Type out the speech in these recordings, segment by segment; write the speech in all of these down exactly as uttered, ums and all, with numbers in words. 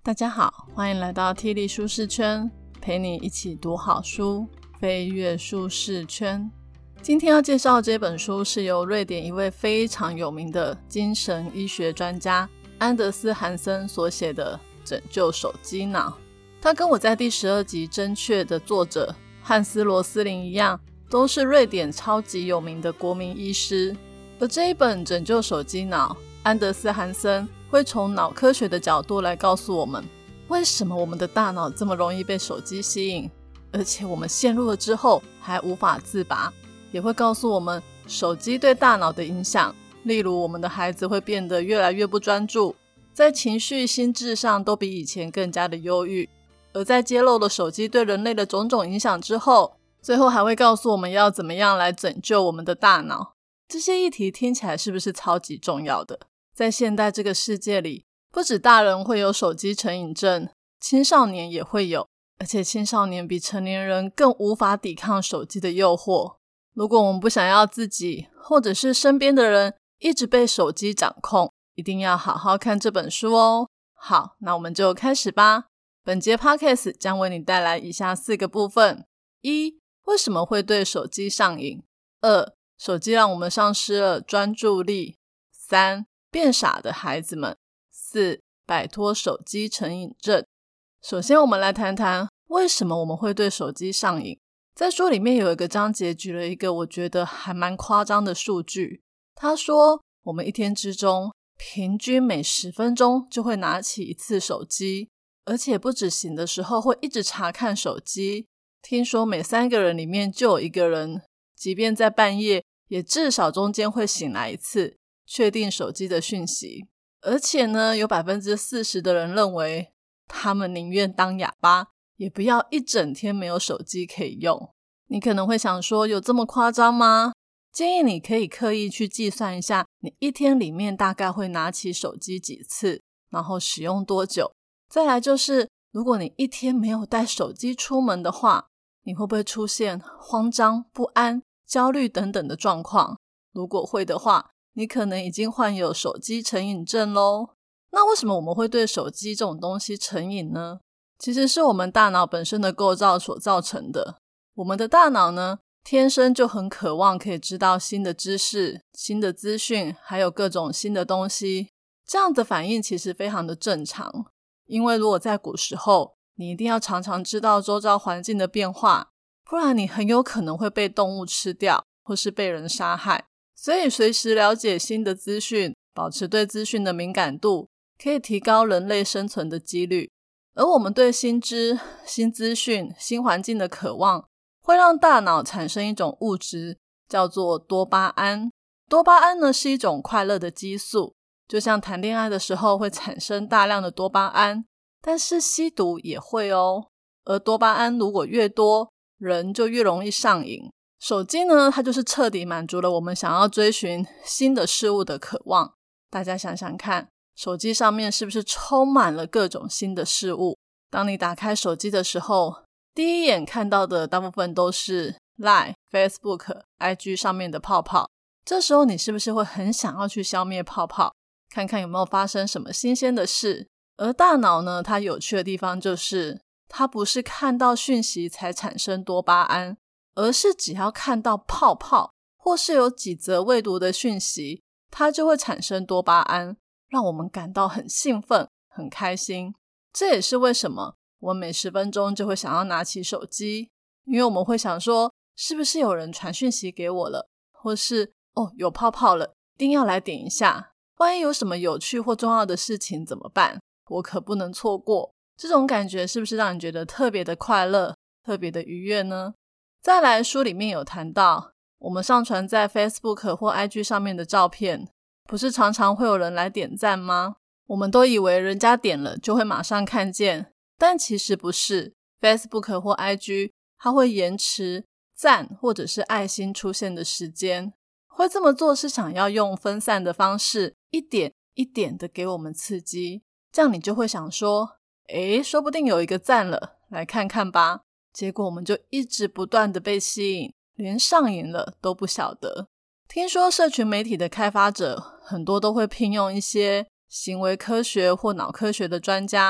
大家好，欢迎来到 T 力舒适圈，陪你一起读好书，飞跃舒适圈。今天要介绍的这本书是由瑞典一位非常有名的精神医学专家安德斯·韩森所写的《拯救手机脑》。他跟我在第十二集正确的作者汉斯·罗斯林一样，都是瑞典超级有名的国民医师。而这一本《拯救手机脑》，安德斯·韩森会从脑科学的角度来告诉我们，为什么我们的大脑这么容易被手机吸引，而且我们陷入了之后还无法自拔。也会告诉我们手机对大脑的影响，例如我们的孩子会变得越来越不专注，在情绪心智上都比以前更加的忧郁。而在揭露了手机对人类的种种影响之后，最后还会告诉我们要怎么样来拯救我们的大脑。这些议题听起来是不是超级重要的？在现代这个世界里，不止大人会有手机成瘾症，青少年也会有，而且青少年比成年人更无法抵抗手机的诱惑。如果我们不想要自己或者是身边的人一直被手机掌控，一定要好好看这本书哦。好，那我们就开始吧。本节 Podcast 将为你带来以下四个部分：一、为什么会对手机上瘾？二、手机让我们丧失了专注力。三、变傻的孩子们。四、摆脱手机成瘾症。首先我们来谈谈为什么我们会对手机上瘾。在书里面有一个章节举了一个我觉得还蛮夸张的数据。他说我们一天之中平均每十分钟就会拿起一次手机，而且不止醒的时候会一直查看手机。听说每三个人里面就有一个人，即便在半夜也至少中间会醒来一次，确定手机的讯息。而且呢，有 百分之四十 的人认为他们宁愿当哑巴也不要一整天没有手机可以用。你可能会想说，有这么夸张吗？建议你可以刻意去计算一下，你一天里面大概会拿起手机几次，然后使用多久。再来就是，如果你一天没有带手机出门的话，你会不会出现慌张、不安、焦虑等等的状况？如果会的话，你可能已经患有手机成瘾症咯。那为什么我们会对手机这种东西成瘾呢？其实是我们大脑本身的构造所造成的。我们的大脑呢，天生就很渴望可以知道新的知识、新的资讯，还有各种新的东西。这样的反应其实非常的正常，因为如果在古时候，你一定要常常知道周遭环境的变化，不然你很有可能会被动物吃掉，或是被人杀害。所以随时了解新的资讯，保持对资讯的敏感度，可以提高人类生存的几率。而我们对新知、新资讯、新环境的渴望，会让大脑产生一种物质，叫做多巴胺。多巴胺呢，是一种快乐的激素，就像谈恋爱的时候会产生大量的多巴胺，但是吸毒也会哦。而多巴胺如果越多，人就越容易上瘾。手机呢，它就是彻底满足了我们想要追寻新的事物的渴望。大家想想看，手机上面是不是充满了各种新的事物？当你打开手机的时候，第一眼看到的大部分都是 Line、Facebook、I G 上面的泡泡。这时候你是不是会很想要去消灭泡泡，看看有没有发生什么新鲜的事？而大脑呢，它有趣的地方就是它不是看到讯息才产生多巴胺，而是只要看到泡泡或是有几则未读的讯息，它就会产生多巴胺，让我们感到很兴奋、很开心。这也是为什么我每十分钟就会想要拿起手机，因为我们会想说，是不是有人传讯息给我了，或是哦有泡泡了，一定要来点一下，万一有什么有趣或重要的事情怎么办？我可不能错过。这种感觉是不是让你觉得特别的快乐、特别的愉悦呢？再来，书里面有谈到，我们上传在 Facebook 或 I G 上面的照片，不是常常会有人来点赞吗？我们都以为人家点了就会马上看见，但其实不是。 Facebook 或 I G 它会延迟赞或者是爱心出现的时间，会这么做是想要用分散的方式，一点一点的给我们刺激，这样你就会想说，诶，说不定有一个赞了，来看看吧。结果我们就一直不断的被吸引，连上瘾了都不晓得。听说社群媒体的开发者很多都会聘用一些行为科学或脑科学的专家，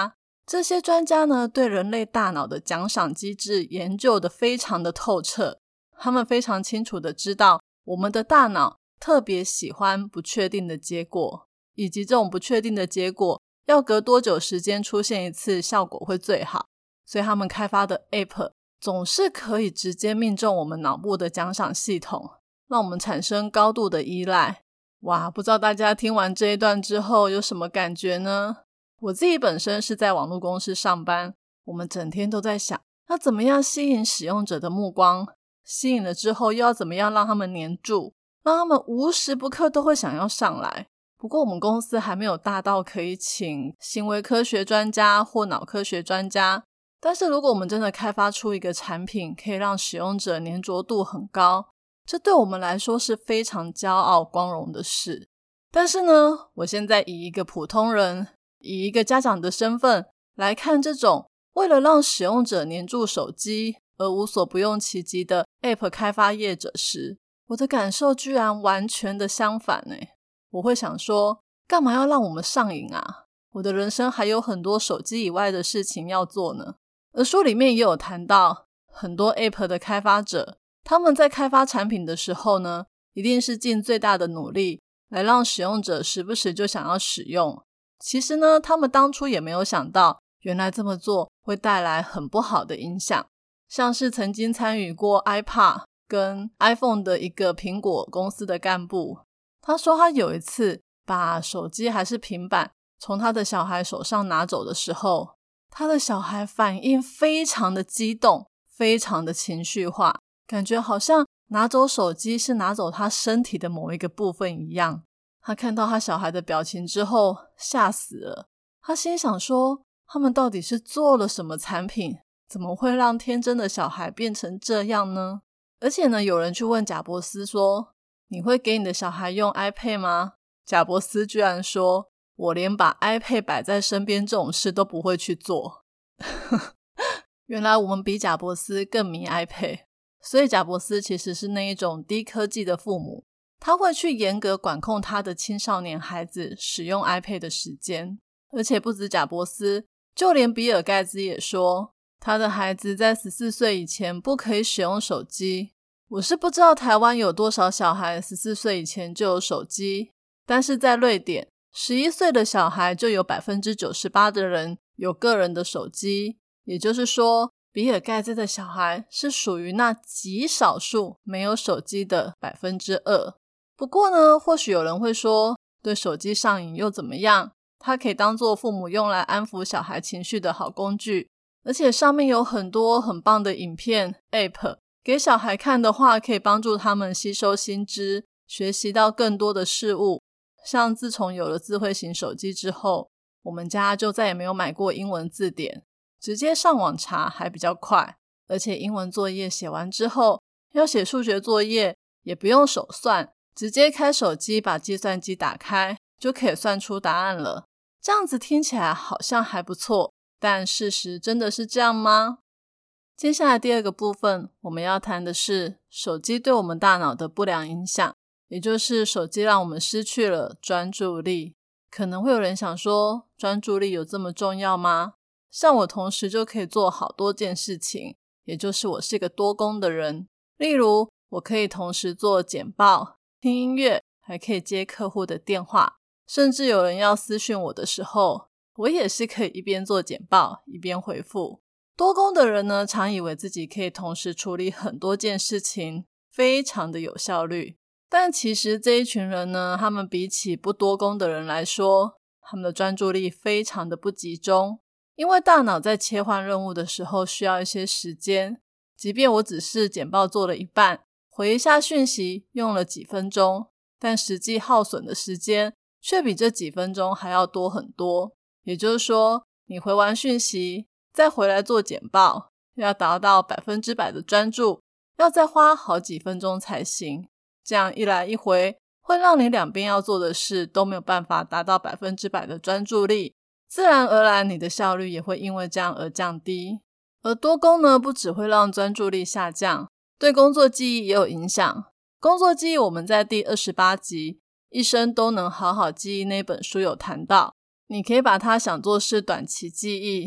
这些专家呢，对人类大脑的奖赏机制研究得非常的透彻，他们非常清楚的知道我们的大脑特别喜欢不确定的结果，以及这种不确定的结果要隔多久时间出现一次效果会最好，所以他们开发的 App 总是可以直接命中我们脑部的奖赏系统，让我们产生高度的依赖。哇，不知道大家听完这一段之后有什么感觉呢？我自己本身是在网络公司上班，我们整天都在想要怎么样吸引使用者的目光，吸引了之后又要怎么样让他们黏住，让他们无时不刻都会想要上来。不过我们公司还没有大到可以请行为科学专家或脑科学专家，但是如果我们真的开发出一个产品可以让使用者黏着度很高，这对我们来说是非常骄傲光荣的事。但是呢，我现在以一个普通人，以一个家长的身份来看这种为了让使用者黏住手机而无所不用其极的 App 开发业者时，我的感受居然完全的相反耶。我会想说，干嘛要让我们上瘾啊？我的人生还有很多手机以外的事情要做呢。而书里面也有谈到，很多 App 的开发者，他们在开发产品的时候呢，一定是尽最大的努力来让使用者时不时就想要使用。其实呢，他们当初也没有想到，原来这么做会带来很不好的影响。像是曾经参与过 iPad 跟 iPhone 的一个苹果公司的干部，他说他有一次把手机还是平板从他的小孩手上拿走的时候，他的小孩反应非常的激动，非常的情绪化，感觉好像拿走手机是拿走他身体的某一个部分一样。他看到他小孩的表情之后吓死了，他心想说，他们到底是做了什么产品，怎么会让天真的小孩变成这样呢？而且呢，有人去问贾伯斯说，你会给你的小孩用 iPad 吗？贾伯斯居然说，我连把 iPad 摆在身边这种事都不会去做。原来我们比贾伯斯更迷 iPad， 所以贾伯斯其实是那一种低科技的父母，他会去严格管控他的青少年孩子使用 iPad 的时间。而且不止贾伯斯，就连比尔盖茨也说，他的孩子在十四岁以前不可以使用手机。我是不知道台湾有多少小孩十四岁以前就有手机，但是在瑞典，十一岁的小孩就有 百分之九十八 的人有个人的手机。也就是说，比尔盖茨的小孩是属于那极少数没有手机的 百分之二。不过呢，或许有人会说，对手机上瘾又怎么样？它可以当作父母用来安抚小孩情绪的好工具，而且上面有很多很棒的影片 App， 给小孩看的话可以帮助他们吸收新知，学习到更多的事物。像自从有了智慧型手机之后，我们家就再也没有买过英文字典，直接上网查还比较快，而且英文作业写完之后，要写数学作业也不用手算，直接开手机把计算机打开就可以算出答案了。这样子听起来好像还不错，但事实真的是这样吗？接下来第二个部分，我们要谈的是手机对我们大脑的不良影响，也就是手机让我们失去了专注力。可能会有人想说，专注力有这么重要吗？像我同时就可以做好多件事情，也就是我是一个多工的人。例如，我可以同时做简报、听音乐，还可以接客户的电话，甚至有人要私讯我的时候，我也是可以一边做简报一边回复。多工的人呢，常以为自己可以同时处理很多件事情，非常的有效率。但其实这一群人呢，他们比起不多工的人来说，他们的专注力非常的不集中。因为大脑在切换任务的时候需要一些时间，即便我只是简报做了一半，回一下讯息用了几分钟，但实际耗损的时间却比这几分钟还要多很多。也就是说，你回完讯息再回来做简报，要达到百分之百的专注，要再花好几分钟才行。这样一来一回，会让你两边要做的事都没有办法达到百分之百的专注力，自然而然你的效率也会因为这样而降低。而多工呢，不只会让专注力下降，对工作记忆也有影响。工作记忆我们在第二十八集一生都能好好记忆那本书有谈到，你可以把它想作是短期记忆，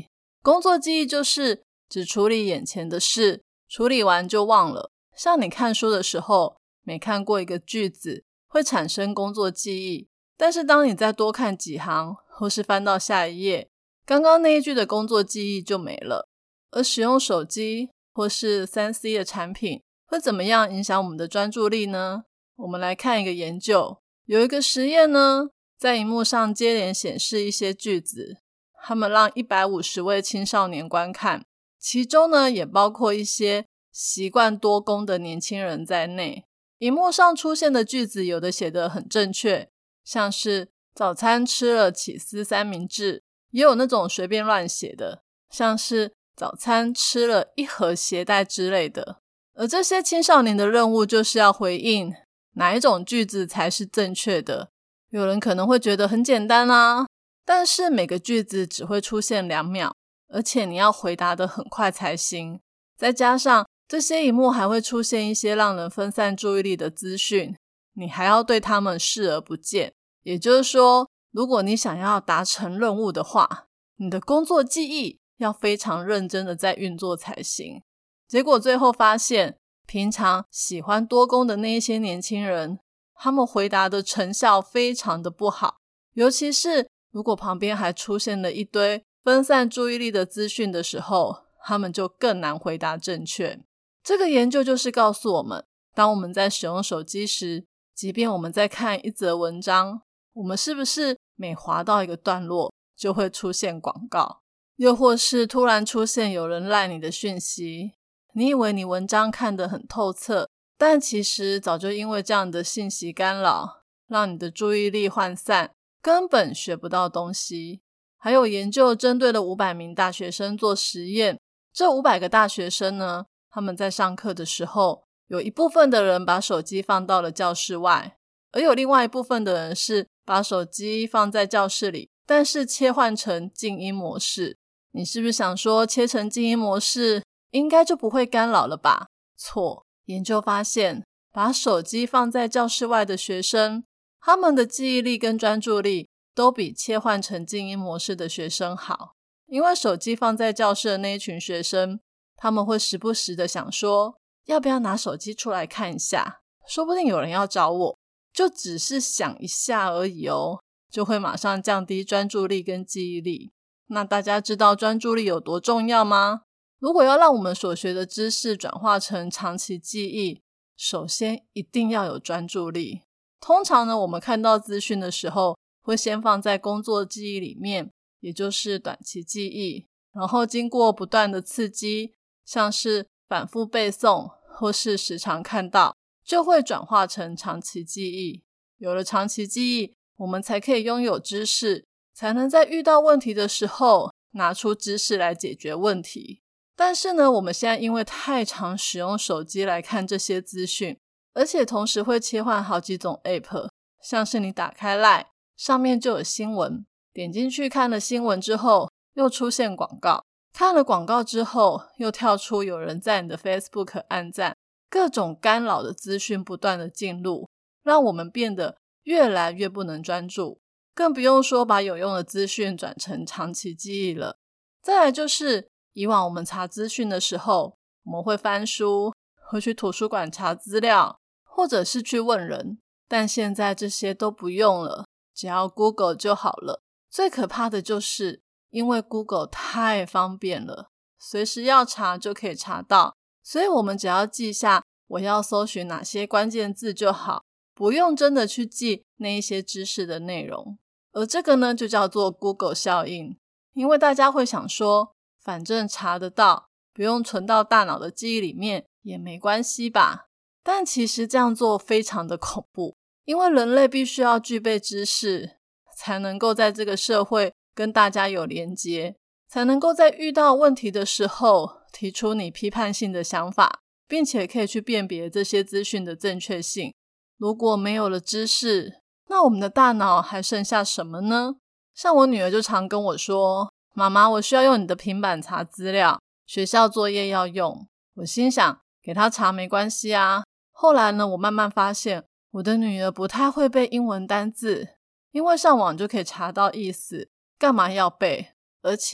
工作记忆就是只处理眼前的事，处理完就忘了。像你看书的时候，每看过一个句子会产生工作记忆，但是当你再多看几行或是翻到下一页，刚刚那一句的工作记忆就没了。而使用手机或是 三 C 的产品会怎么样影响我们的专注力呢？我们来看一个研究，有一个实验呢，在萤幕上接连显示一些句子，他们让一百五十位青少年观看，其中呢也包括一些习惯多工的年轻人在内。萤幕上出现的句子有的写得很正确，像是早餐吃了起司三明治，也有那种随便乱写的，像是早餐吃了一盒鞋带之类的。而这些青少年的任务就是要回应哪一种句子才是正确的。有人可能会觉得很简单啊，但是每个句子只会出现两秒，而且你要回答得很快才行。再加上这些萤幕还会出现一些让人分散注意力的资讯，你还要对他们视而不见。也就是说，如果你想要达成任务的话，你的工作记忆要非常认真的在运作才行。结果最后发现，平常喜欢多工的那一些年轻人，他们回答的成效非常的不好，尤其是如果旁边还出现了一堆分散注意力的资讯的时候，他们就更难回答正确。这个研究就是告诉我们，当我们在使用手机时，即便我们在看一则文章，我们是不是每滑到一个段落就会出现广告，又或是突然出现有人赖你的讯息，你以为你文章看得很透彻，但其实早就因为这样的信息干扰，让你的注意力涣散，根本学不到东西。还有研究针对了五百名大学生做实验，这五百个大学生呢，他们在上课的时候，有一部分的人把手机放到了教室外，而有另外一部分的人是把手机放在教室里，但是切换成静音模式。你是不是想说切成静音模式应该就不会干扰了吧？错，研究发现把手机放在教室外的学生，他们的记忆力跟专注力都比切换成静音模式的学生好。因为手机放在教室的那一群学生，他们会时不时的想说，要不要拿手机出来看一下，说不定有人要找我，就只是想一下而已哦，就会马上降低专注力跟记忆力。那大家知道专注力有多重要吗？如果要让我们所学的知识转化成长期记忆，首先一定要有专注力。通常呢，我们看到资讯的时候，会先放在工作记忆里面，也就是短期记忆，然后经过不断的刺激，像是反复背诵或是时常看到，就会转化成长期记忆。有了长期记忆，我们才可以拥有知识，才能在遇到问题的时候拿出知识来解决问题。但是呢，我们现在因为太常使用手机来看这些资讯，而且同时会切换好几种 app， 像是你打开 LINE， 上面就有新闻，点进去看了新闻之后，又出现广告，看了广告之后，又跳出有人在你的 Facebook 按赞，各种干扰的资讯不断的进入，让我们变得越来越不能专注，更不用说把有用的资讯转成长期记忆了。再来就是以往我们查资讯的时候，我们会翻书，会去图书馆查资料，或者是去问人，但现在这些都不用了，只要 Google 就好了。最可怕的就是因为 Google 太方便了，随时要查就可以查到，所以我们只要记下我要搜寻哪些关键字就好，不用真的去记那一些知识的内容。而这个呢，就叫做 Google 效应。因为大家会想说，反正查得到，不用存到大脑的记忆里面也没关系吧。但其实这样做非常的恐怖，因为人类必须要具备知识，才能够在这个社会跟大家有连结，才能够在遇到问题的时候提出你批判性的想法，并且可以去辨别这些资讯的正确性。如果没有了知识，那我们的大脑还剩下什么呢？像我女儿就常跟我说，妈妈，我需要用你的平板查资料，学校作业要用。我心想，给她查没关系啊。后来呢，我慢慢发现，我的女儿不太会背英文单字，因为上网就可以查到意思，干嘛要背？而且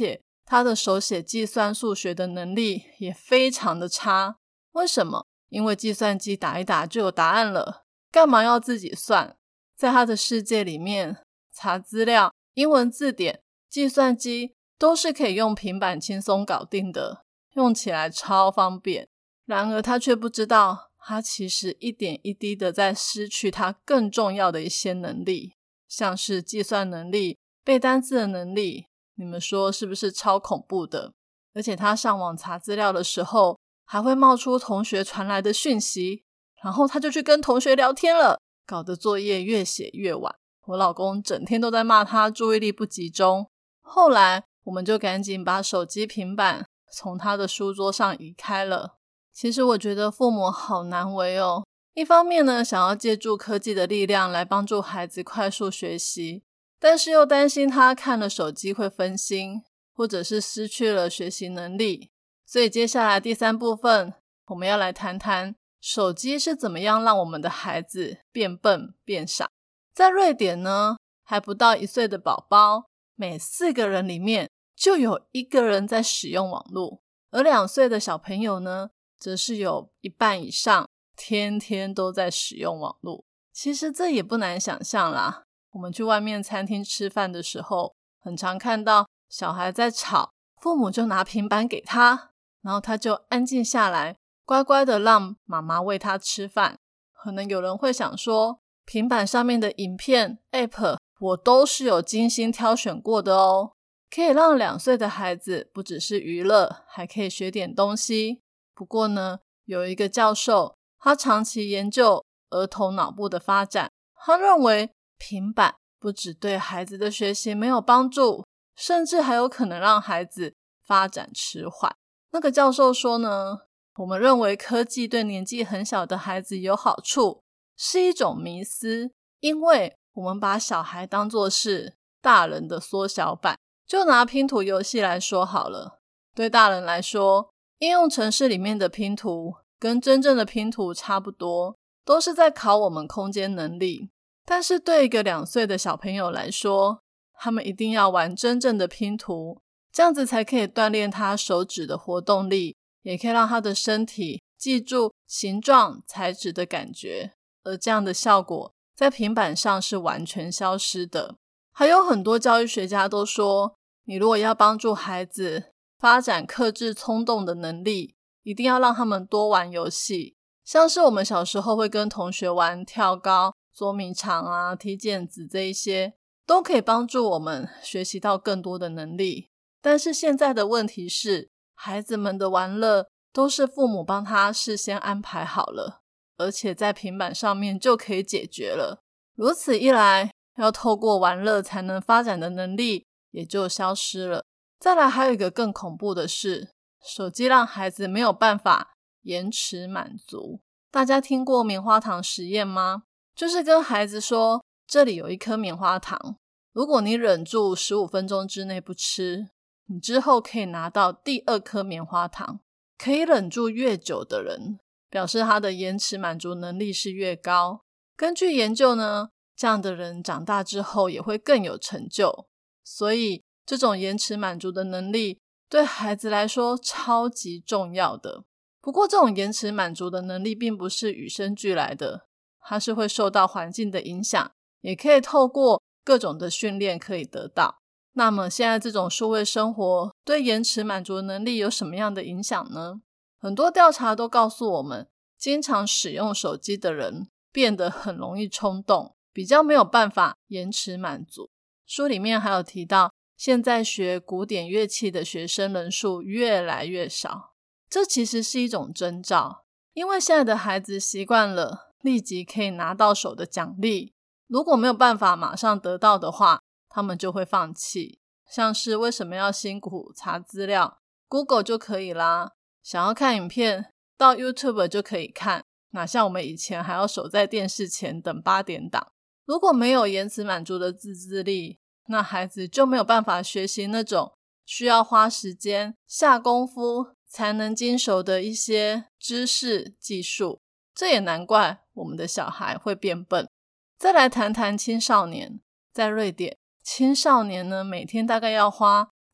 他的手写计算数学的能力也非常的差。为什么？因为计算机打一打就有答案了，干嘛要自己算？在他的世界里面，查资料、英文字典、计算机都是可以用平板轻松搞定的，用起来超方便。然而他却不知道，他其实一点一滴的在失去他更重要的一些能力，像是计算能力、背单字的能力。你们说是不是超恐怖的？而且他上网查资料的时候，还会冒出同学传来的讯息，然后他就去跟同学聊天了，搞得作业越写越晚。我老公整天都在骂他注意力不集中。后来我们就赶紧把手机、平板从他的书桌上移开了。其实我觉得父母好难为哦，一方面呢，想要借助科技的力量来帮助孩子快速学习，但是又担心他看了手机会分心，或者是失去了学习能力。所以接下来第三部分，我们要来谈谈手机是怎么样让我们的孩子变笨变傻。在瑞典呢，还不到一岁的宝宝，每四个人里面就有一个人在使用网络，而两岁的小朋友呢，则是有一半以上天天都在使用网络。其实这也不难想象啦，我们去外面餐厅吃饭的时候，很常看到小孩在吵，父母就拿平板给他，然后他就安静下来，乖乖的让妈妈喂他吃饭。可能有人会想说，平板上面的影片 App 我都是有精心挑选过的哦，可以让两岁的孩子不只是娱乐，还可以学点东西。不过呢，有一个教授，他长期研究儿童脑部的发展，他认为平板不只对孩子的学习没有帮助，甚至还有可能让孩子发展迟缓。那个教授说呢，我们认为科技对年纪很小的孩子有好处，是一种迷思，因为我们把小孩当作是大人的缩小版。就拿拼图游戏来说好了，对大人来说，应用程式里面的拼图跟真正的拼图差不多，都是在考我们空间能力。但是对一个两岁的小朋友来说，他们一定要玩真正的拼图，这样子才可以锻炼他手指的活动力，也可以让他的身体记住形状、材质的感觉。而这样的效果在平板上是完全消失的。还有很多教育学家都说，你如果要帮助孩子发展克制冲动的能力，一定要让他们多玩游戏，像是我们小时候会跟同学玩跳高、捉迷藏啊、踢毽子，这一些都可以帮助我们学习到更多的能力。但是现在的问题是，孩子们的玩乐都是父母帮他事先安排好了，而且在平板上面就可以解决了。如此一来，要透过玩乐才能发展的能力也就消失了。再来还有一个更恐怖的是，手机让孩子没有办法延迟满足。大家听过棉花糖实验吗？就是跟孩子说，这里有一颗棉花糖，如果你忍住十五分钟之内不吃，你之后可以拿到第二颗棉花糖。可以忍住越久的人，表示他的延迟满足能力是越高。根据研究呢，这样的人长大之后也会更有成就。所以这种延迟满足的能力对孩子来说超级重要的。不过这种延迟满足的能力并不是与生俱来的，它是会受到环境的影响，也可以透过各种的训练可以得到。那么现在这种数位生活对延迟满足能力有什么样的影响呢？很多调查都告诉我们，经常使用手机的人变得很容易冲动，比较没有办法延迟满足。书里面还有提到，现在学古典乐器的学生人数越来越少，这其实是一种征兆，因为现在的孩子习惯了立即可以拿到手的奖励，如果没有办法马上得到的话，他们就会放弃。像是为什么要辛苦查资料， Google 就可以啦，想要看影片到 YouTube 就可以看，哪像我们以前还要守在电视前等八点档。如果没有延迟满足的自制力，那孩子就没有办法学习那种需要花时间下功夫才能精熟的一些知识技术，这也难怪我们的小孩会变笨。再来谈谈青少年。在瑞典，青少年呢每天大概要花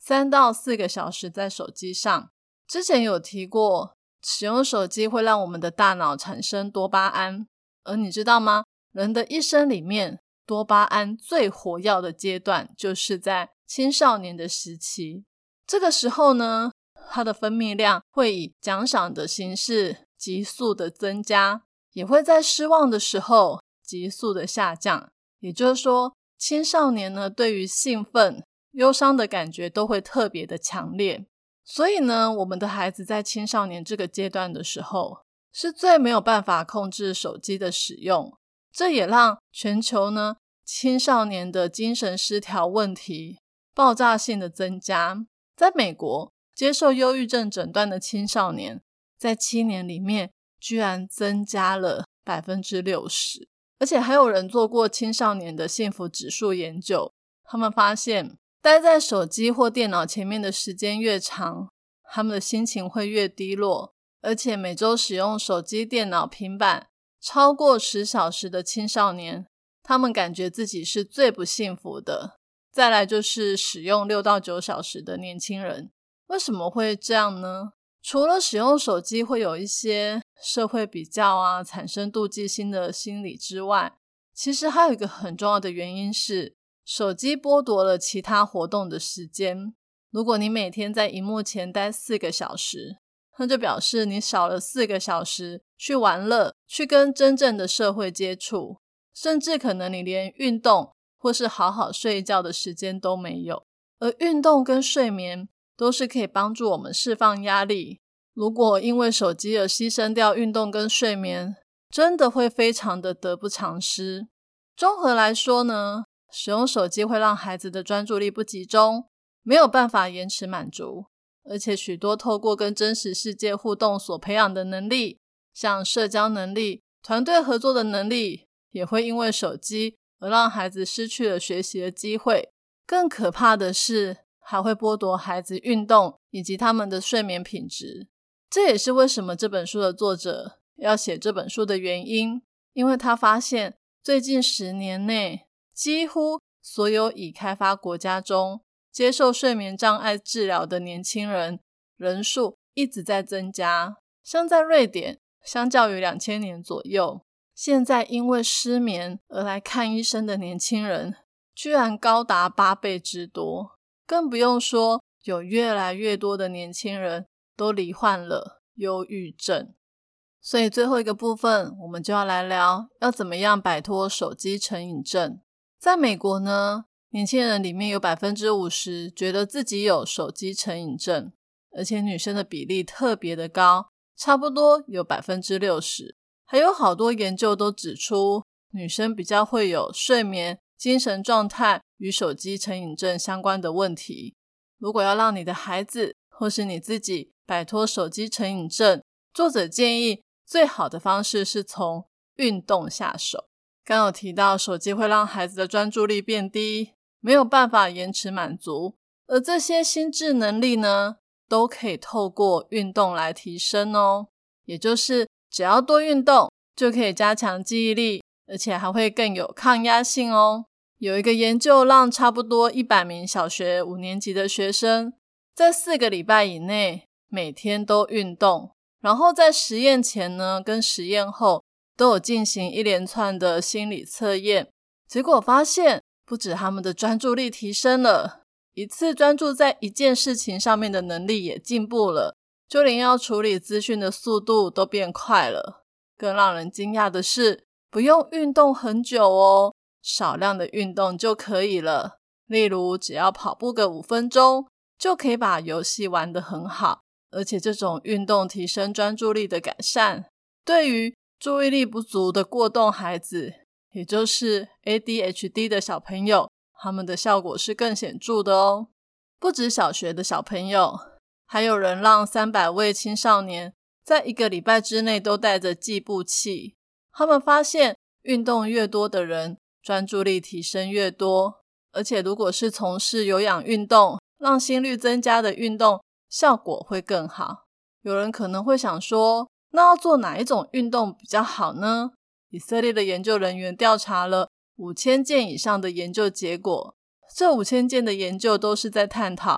三到四个小时在手机上。之前有提过，使用手机会让我们的大脑产生多巴胺，而你知道吗？人的一生里面，多巴胺最活跃的阶段就是在青少年的时期。这个时候呢，它的分泌量会以奖赏的形式急速的增加，也会在失望的时候急速的下降。也就是说，青少年呢，对于兴奋、忧伤的感觉都会特别的强烈。所以呢，我们的孩子在青少年这个阶段的时候，是最没有办法控制手机的使用。这也让全球呢，青少年的精神失调问题爆炸性的增加。在美国，接受忧郁症诊断的青少年在七年里面居然增加了 百分之六十。 而且还有人做过青少年的幸福指数研究，他们发现待在手机或电脑前面的时间越长，他们的心情会越低落。而且每周使用手机、电脑、平板超过十小时的青少年，他们感觉自己是最不幸福的。再来就是使用六到九小时的年轻人。为什么会这样呢？除了使用手机会有一些社会比较啊，产生妒忌心的心理之外，其实还有一个很重要的原因是，手机剥夺了其他活动的时间。如果你每天在荧幕前待四个小时，那就表示你少了四个小时去玩乐，去跟真正的社会接触，甚至可能你连运动或是好好睡一觉的时间都没有。而运动跟睡眠都是可以帮助我们释放压力，如果因为手机而牺牲掉运动跟睡眠，真的会非常的得不偿失。综合来说呢，使用手机会让孩子的专注力不集中，没有办法延迟满足，而且许多透过跟真实世界互动所培养的能力，像社交能力、团队合作的能力，也会因为手机而让孩子失去了学习的机会。更可怕的是，还会剥夺孩子运动以及他们的睡眠品质。这也是为什么这本书的作者要写这本书的原因，因为他发现最近十年内，几乎所有已开发国家中接受睡眠障碍治疗的年轻人人数一直在增加。像在瑞典，相较于两千年左右，现在因为失眠而来看医生的年轻人居然高达八倍之多。更不用说有越来越多的年轻人都罹患了忧郁症。所以最后一个部分，我们就要来聊要怎么样摆脱手机成瘾症。在美国呢，年轻人里面有 百分之五十 觉得自己有手机成瘾症，而且女生的比例特别的高，差不多有 百分之六十。 还有好多研究都指出，女生比较会有睡眠、精神状态与手机成瘾症相关的问题。如果要让你的孩子或是你自己摆脱手机成瘾症，作者建议最好的方式是从运动下手。刚有提到手机会让孩子的专注力变低，没有办法延迟满足，而这些心智能力呢，都可以透过运动来提升哦。也就是只要多运动，就可以加强记忆力，而且还会更有抗压性哦。有一个研究让差不多一百名小学五年级的学生在四个礼拜以内每天都运动，然后在实验前呢跟实验后都有进行一连串的心理测验。结果发现不止他们的专注力提升了，一次专注在一件事情上面的能力也进步了，就连要处理资讯的速度都变快了。更让人惊讶的是，不用运动很久哦，少量的运动就可以了。例如只要跑步个五分钟，就可以把游戏玩得很好。而且这种运动提升专注力的改善，对于注意力不足的过动孩子，也就是 A D H D 的小朋友，他们的效果是更显著的哦。不止小学的小朋友，还有人让三百位青少年在一个礼拜之内都带着计步器。他们发现运动越多的人，专注力提升越多，而且如果是从事有氧运动，让心率增加的运动，效果会更好。有人可能会想说，那要做哪一种运动比较好呢？以色列的研究人员调查了五千件以上的研究结果，这五千件的研究都是在探讨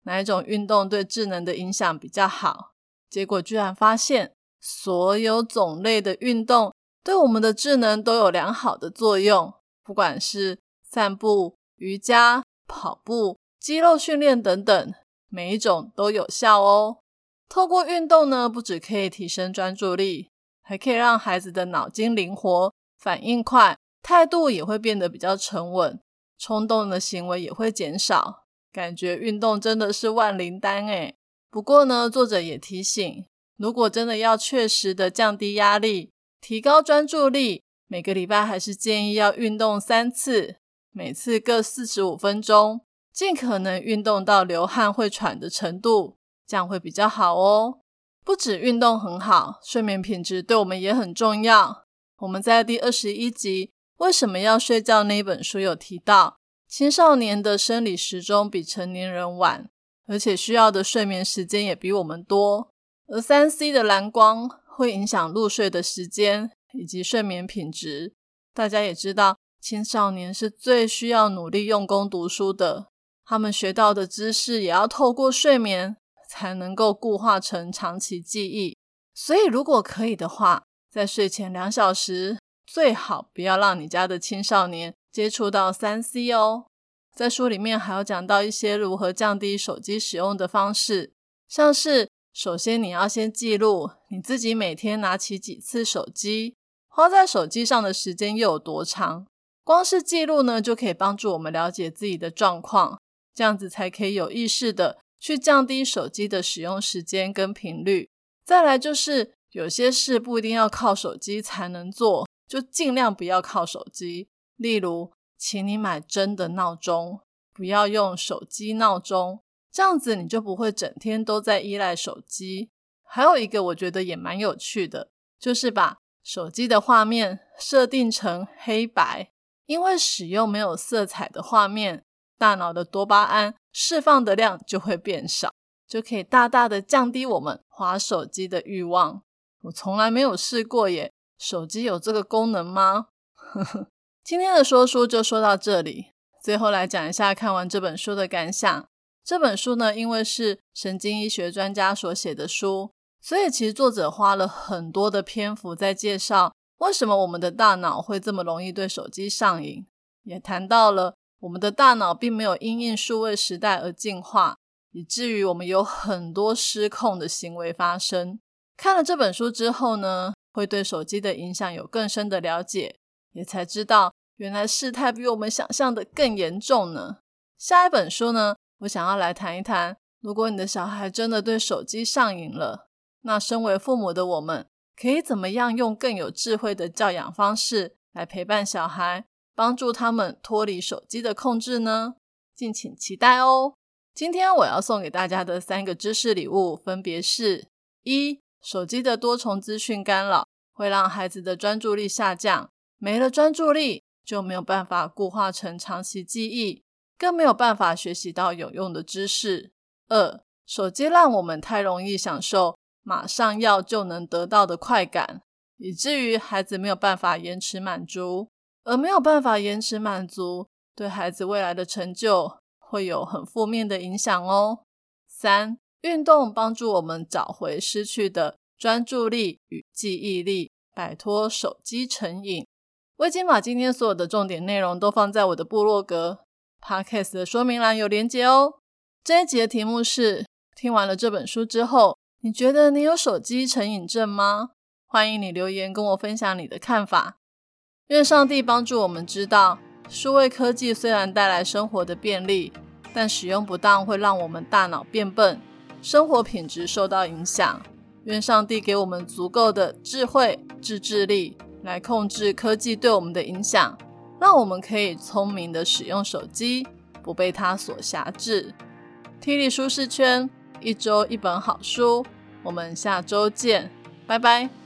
哪一种运动对智能的影响比较好，结果居然发现所有种类的运动对我们的智能都有良好的作用，不管是散步、瑜伽、跑步、肌肉训练等等，每一种都有效哦。透过运动呢，不只可以提升专注力，还可以让孩子的脑筋灵活，反应快，态度也会变得比较沉稳，冲动的行为也会减少，感觉运动真的是万灵丹诶。不过呢，作者也提醒，如果真的要确实的降低压力，提高专注力，每个礼拜还是建议要运动三次，每次各四十五分钟，尽可能运动到流汗会喘的程度，这样会比较好哦。不止运动很好，睡眠品质对我们也很重要。我们在第二十一集为什么要睡觉那一本书有提到，青少年的生理时钟比成年人晚，而且需要的睡眠时间也比我们多。而 三 C 的蓝光会影响入睡的时间以及睡眠品质。大家也知道，青少年是最需要努力用功读书的，他们学到的知识也要透过睡眠才能够固化成长期记忆。所以如果可以的话，在睡前两小时最好不要让你家的青少年接触到 三 C 哦。在书里面还有讲到一些如何降低手机使用的方式，像是首先你要先记录你自己每天拿起几次手机，花在手机上的时间又有多长。光是记录呢，就可以帮助我们了解自己的状况，这样子才可以有意识的去降低手机的使用时间跟频率。再来就是有些事不一定要靠手机才能做，就尽量不要靠手机。例如请你买真的闹钟，不要用手机闹钟，这样子你就不会整天都在依赖手机。还有一个我觉得也蛮有趣的，就是把手机的画面设定成黑白，因为使用没有色彩的画面，大脑的多巴胺释放的量就会变少，就可以大大的降低我们滑手机的欲望。我从来没有试过耶，手机有这个功能吗？今天的说书就说到这里，最后来讲一下看完这本书的感想。这本书呢，因为是神经医学专家所写的书，所以其实作者花了很多的篇幅在介绍为什么我们的大脑会这么容易对手机上瘾，也谈到了我们的大脑并没有因应数位时代而进化，以至于我们有很多失控的行为发生。看了这本书之后呢，会对手机的影响有更深的了解，也才知道原来事态比我们想象的更严重呢。下一本书呢，我想要来谈一谈，如果你的小孩真的对手机上瘾了，那身为父母的我们可以怎么样用更有智慧的教养方式来陪伴小孩，帮助他们脱离手机的控制呢？敬请期待哦。今天我要送给大家的三个知识礼物分别是：一、手机的多重资讯干扰会让孩子的专注力下降，没了专注力就没有办法固化成长期记忆，更没有办法学习到有用的知识。二、手机让我们太容易享受马上要就能得到的快感，以至于孩子没有办法延迟满足，而没有办法延迟满足，对孩子未来的成就会有很负面的影响哦。三、运动帮助我们找回失去的专注力与记忆力，摆脱手机成瘾。我已经把今天所有的重点内容都放在我的部落格 Podcast 的说明栏有连结哦。这一集的题目是：听完了这本书之后，你觉得你有手机成瘾症吗？欢迎你留言跟我分享你的看法。愿上帝帮助我们知道，数位科技虽然带来生活的便利，但使用不当会让我们大脑变笨，生活品质受到影响。愿上帝给我们足够的智慧、自制力，来控制科技对我们的影响，让我们可以聪明的使用手机，不被它所辖制。T 力舒适圈，一周一本好书，我们下周见，拜拜。